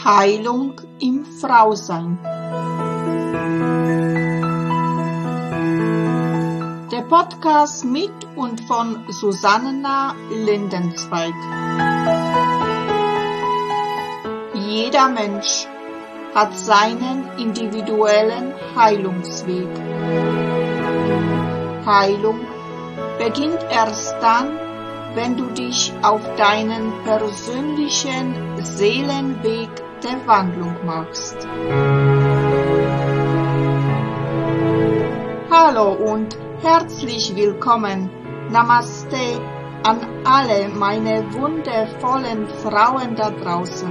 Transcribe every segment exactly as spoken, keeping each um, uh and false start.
Heilung im Frausein. Der Podcast mit und von Susanna Lindenzweig. Jeder Mensch hat seinen individuellen Heilungsweg. Heilung beginnt erst dann, wenn du dich auf deinen persönlichen Seelenweg der Wandlung machst. Hallo und herzlich willkommen, Namaste an alle meine wundervollen Frauen da draußen.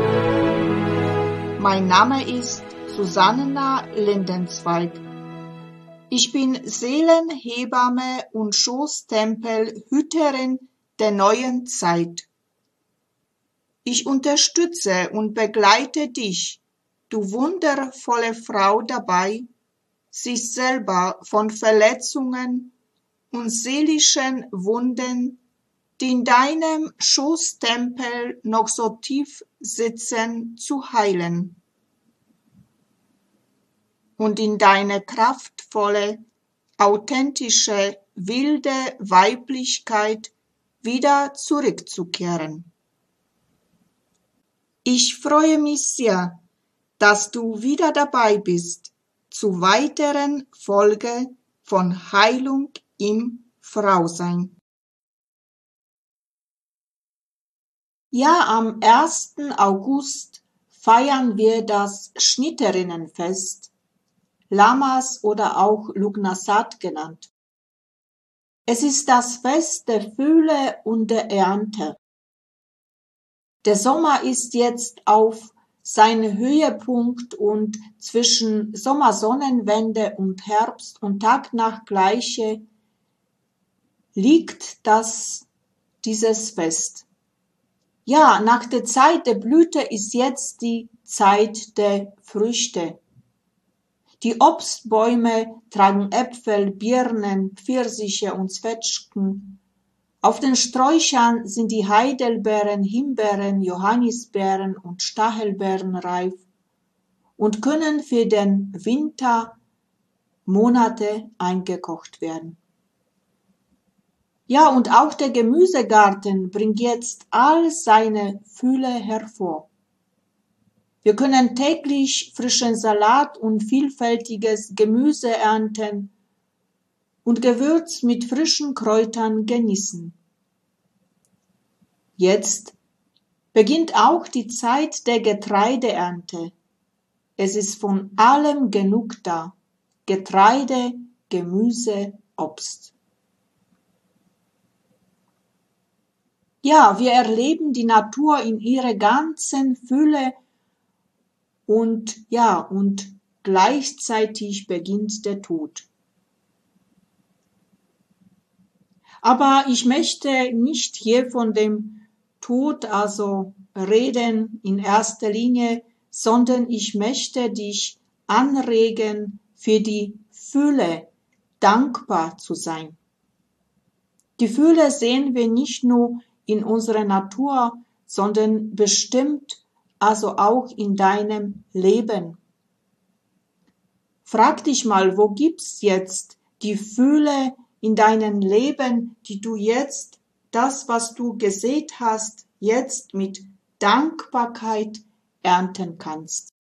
Mein Name ist Susanna Lindenzweig. Ich bin Seelenhebamme und Schoßtempelhüterin der neuen Zeit. Ich unterstütze und begleite dich, du wundervolle Frau, dabei, sich selber von Verletzungen und seelischen Wunden, die in deinem Schoßtempel noch so tief sitzen, zu heilen und in deine kraftvolle, authentische, wilde Weiblichkeit wieder zurückzukehren. Ich freue mich sehr, dass du wieder dabei bist zu weiteren Folge von Heilung im Frausein. Ja, am ersten August feiern wir das Schnitterinnenfest, Lamas oder auch Lugnasad genannt. Es ist das Fest der Fülle und der Ernte. Der Sommer ist jetzt auf seinen Höhepunkt und zwischen Sommersonnenwende und Herbst- und Tagnachtgleiche liegt das, dieses Fest. Ja, nach der Zeit der Blüte ist jetzt die Zeit der Früchte. Die Obstbäume tragen Äpfel, Birnen, Pfirsiche und Zwetschgen. Auf den Sträuchern sind die Heidelbeeren, Himbeeren, Johannisbeeren und Stachelbeeren reif und können für den Wintermonate eingekocht werden. Ja, und auch der Gemüsegarten bringt jetzt all seine Fülle hervor. Wir können täglich frischen Salat und vielfältiges Gemüse ernten und Gewürz mit frischen Kräutern genießen. Jetzt beginnt auch die Zeit der Getreideernte. Es ist von allem genug da. Getreide, Gemüse, Obst. Ja, wir erleben die Natur in ihrer ganzen Fülle und ja, und gleichzeitig beginnt der Tod. Aber ich möchte nicht hier von dem Tod also reden in erster Linie, sondern ich möchte dich anregen, für die Fülle dankbar zu sein. Die Fülle sehen wir nicht nur in unserer Natur, sondern bestimmt also auch in deinem Leben. Frag dich mal, wo gibt's jetzt die Fülle in deinem Leben, die du jetzt, das, was du gesät hast, jetzt mit Dankbarkeit ernten kannst.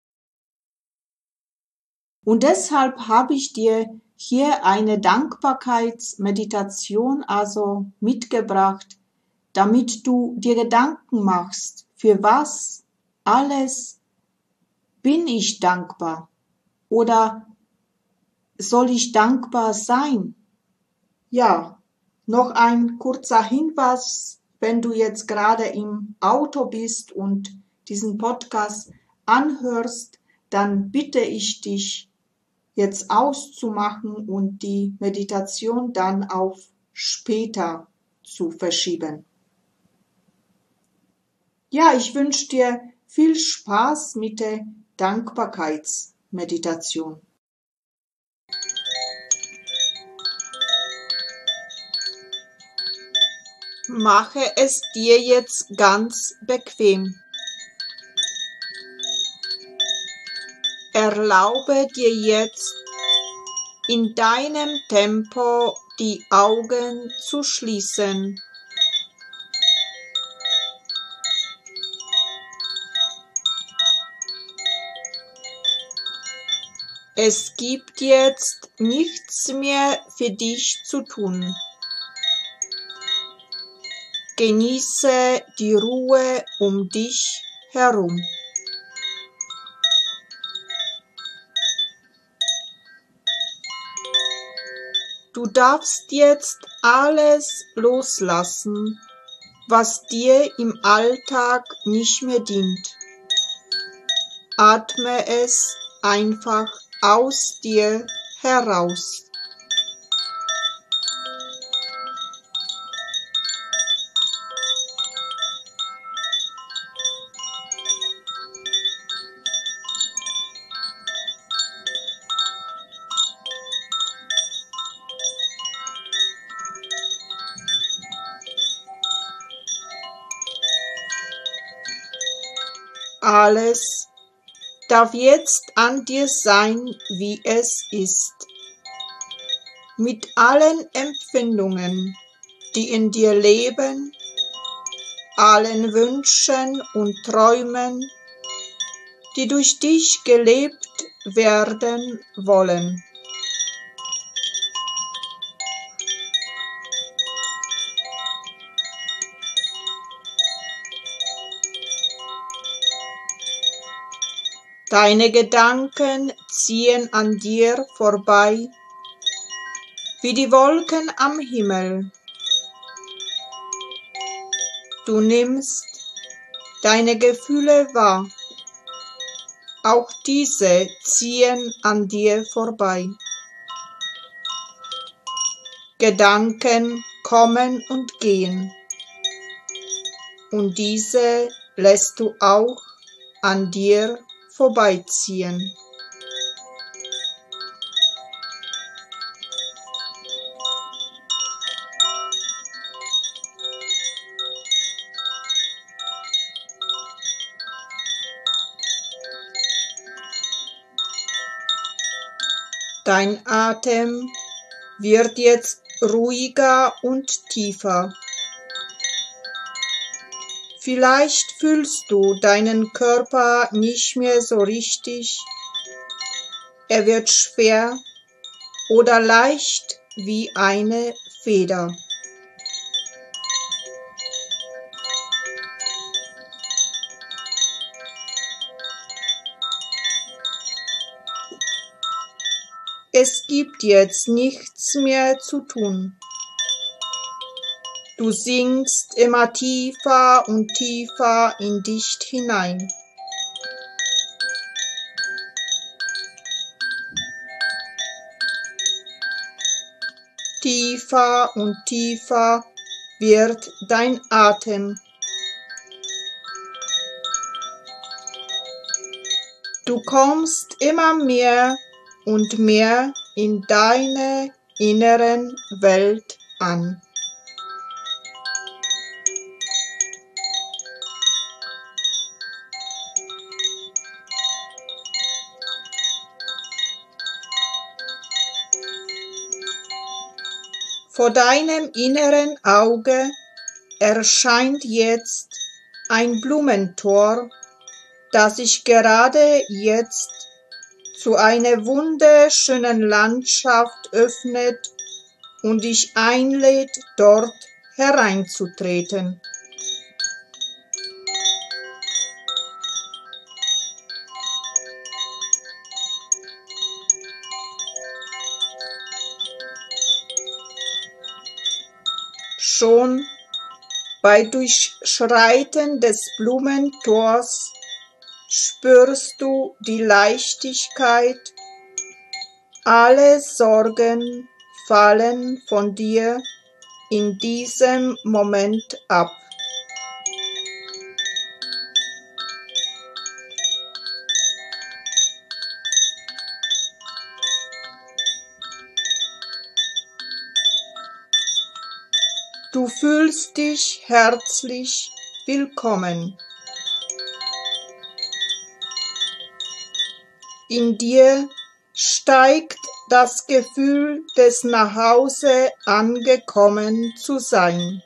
Und deshalb habe ich dir hier eine Dankbarkeitsmeditation also mitgebracht, damit du dir Gedanken machst, für was alles bin ich dankbar oder soll ich dankbar sein? Ja, noch ein kurzer Hinweis, wenn du jetzt gerade im Auto bist und diesen Podcast anhörst, dann bitte ich dich, jetzt auszumachen und die Meditation dann auf später zu verschieben. Ja, ich wünsche dir viel Spaß mit der Dankbarkeitsmeditation. Mache es dir jetzt ganz bequem. Erlaube dir jetzt, in deinem Tempo die Augen zu schließen. Es gibt jetzt nichts mehr für dich zu tun. Genieße die Ruhe um dich herum. Du darfst jetzt alles loslassen, was dir im Alltag nicht mehr dient. Atme es einfach aus dir heraus. Alles darf jetzt an dir sein, wie es ist. Mit allen Empfindungen, die in dir leben, allen Wünschen und Träumen, die durch dich gelebt werden wollen. Deine Gedanken ziehen an dir vorbei, wie die Wolken am Himmel. Du nimmst deine Gefühle wahr, auch diese ziehen an dir vorbei. Gedanken kommen und gehen, und diese lässt du auch an dir vorbeiziehen. Dein Atem wird jetzt ruhiger und tiefer. Vielleicht fühlst du deinen Körper nicht mehr so richtig. Er wird schwer oder leicht wie eine Feder. Es gibt jetzt nichts mehr zu tun. Du sinkst immer tiefer und tiefer in dich hinein. Tiefer und tiefer wird dein Atem. Du kommst immer mehr und mehr in deine inneren Welt an. Vor deinem inneren Auge erscheint jetzt ein Blumentor, das sich gerade jetzt zu einer wunderschönen Landschaft öffnet und dich einlädt, dort hereinzutreten. Schon bei Durchschreiten des Blumentors spürst du die Leichtigkeit, alle Sorgen fallen von dir in diesem Moment ab. Du fühlst dich herzlich willkommen. In dir steigt das Gefühl des Nachhause angekommen zu sein.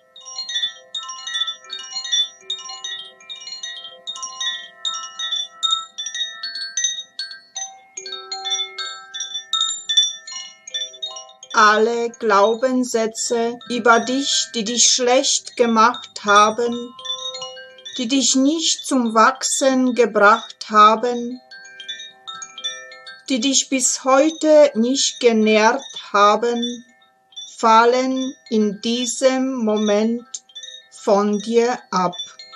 Alle Glaubenssätze über dich, die dich schlecht gemacht haben, die dich nicht zum Wachsen gebracht haben, die dich bis heute nicht genährt haben, fallen in diesem Moment von dir ab.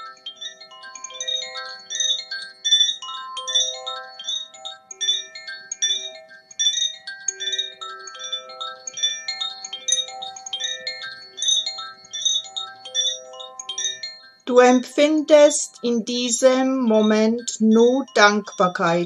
Du empfindest in diesem Moment nur Dankbarkeit.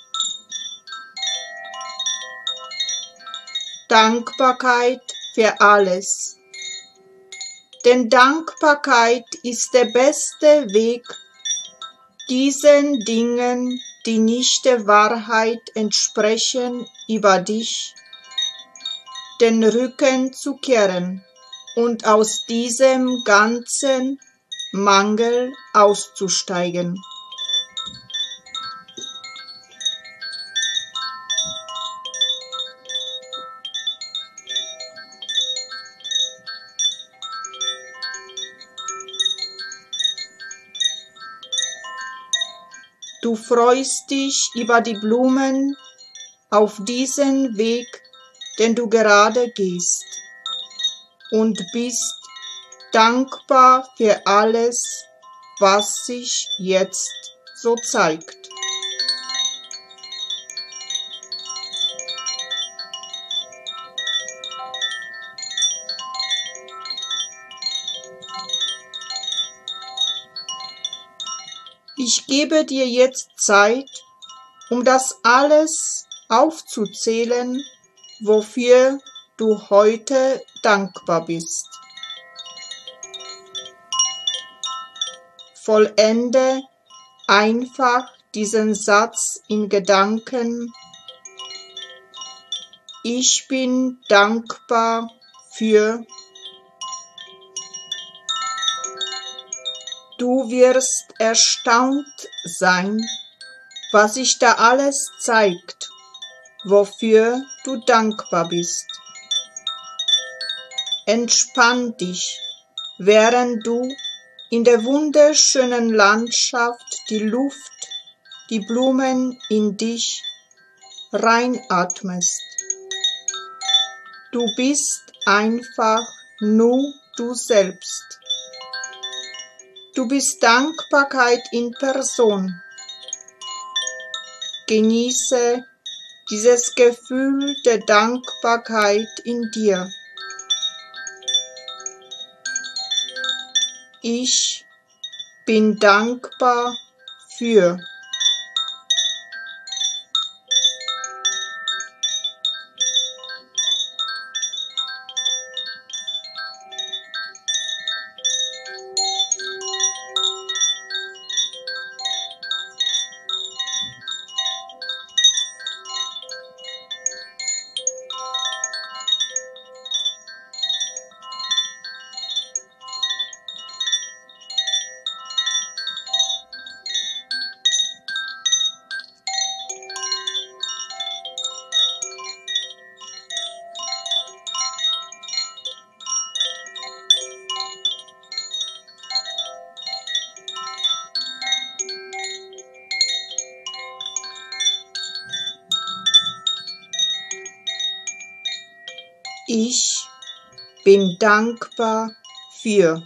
Dankbarkeit für alles. Denn Dankbarkeit ist der beste Weg, diesen Dingen, die nicht der Wahrheit entsprechen, über dich den Rücken zu kehren und aus diesem ganzen Mangel auszusteigen. Du freust dich über die Blumen auf diesen Weg, den du gerade gehst, und bist dankbar für alles, was sich jetzt so zeigt. Ich gebe dir jetzt Zeit, um das alles aufzuzählen, wofür du heute dankbar bist. Vollende einfach diesen Satz in Gedanken: Ich bin dankbar für. Du wirst erstaunt sein, was sich da alles zeigt, wofür du dankbar bist. Entspann dich, während du in der wunderschönen Landschaft die Luft, die Blumen in dich reinatmest. Du bist einfach nur du selbst. Du bist Dankbarkeit in Person. Genieße dieses Gefühl der Dankbarkeit in dir. Ich bin dankbar für. Ich bin dankbar für.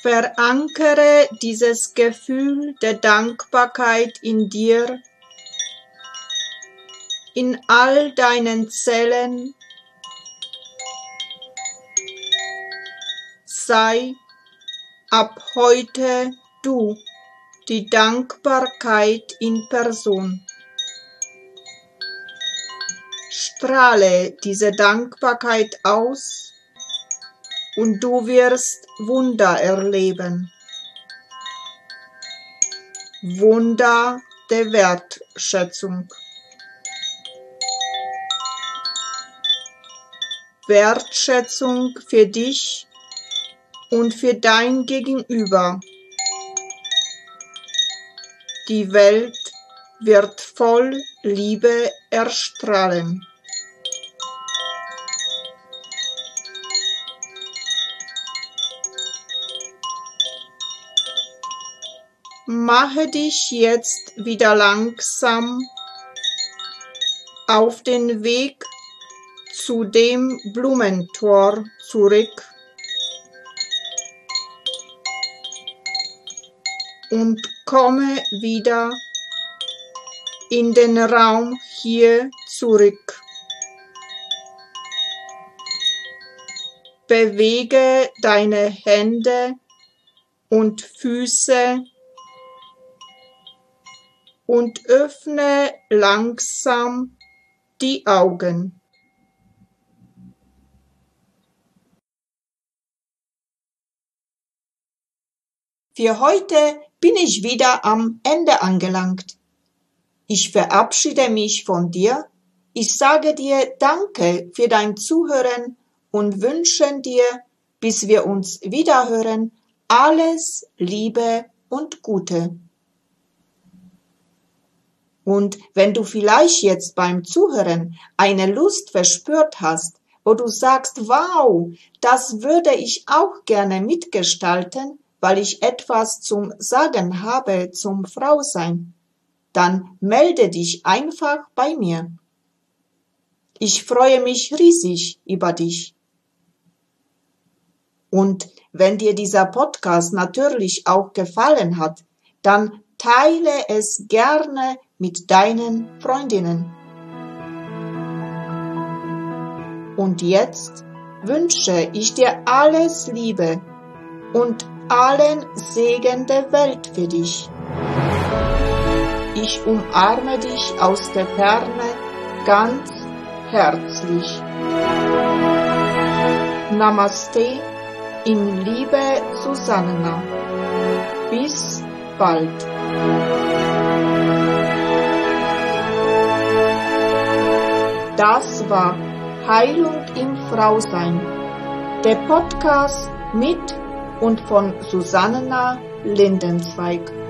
Verankere dieses Gefühl der Dankbarkeit in dir, in all deinen Zellen. Sei ab heute du die Dankbarkeit in Person. Strahle diese Dankbarkeit aus und du wirst Wunder erleben. Wunder der Wertschätzung. Wertschätzung für dich und für dein Gegenüber. Die Welt wird voll Liebe erstrahlen. Mache dich jetzt wieder langsam auf den Weg zu dem Blumentor zurück und komme wieder in den Raum hier zurück. Bewege deine Hände und Füße und öffne langsam die Augen. Für heute bin ich wieder am Ende angelangt. Ich verabschiede mich von dir. Ich sage dir Danke für dein Zuhören und wünsche dir, bis wir uns wiederhören, alles Liebe und Gute. Und wenn du vielleicht jetzt beim Zuhören eine Lust verspürt hast, wo du sagst, wow, das würde ich auch gerne mitgestalten, weil ich etwas zum Sagen habe zum Frausein, dann melde dich einfach bei mir. Ich freue mich riesig über dich. Und wenn dir dieser Podcast natürlich auch gefallen hat, dann teile es gerne mit deinen Freundinnen. Und jetzt wünsche ich dir alles Liebe und allen Segen der Welt für dich. Ich umarme dich aus der Ferne ganz herzlich. Namaste, in Liebe, Susanna. Bis bald. Das war Heilung im Frausein, der Podcast mit und von Susanna Lindenzweig.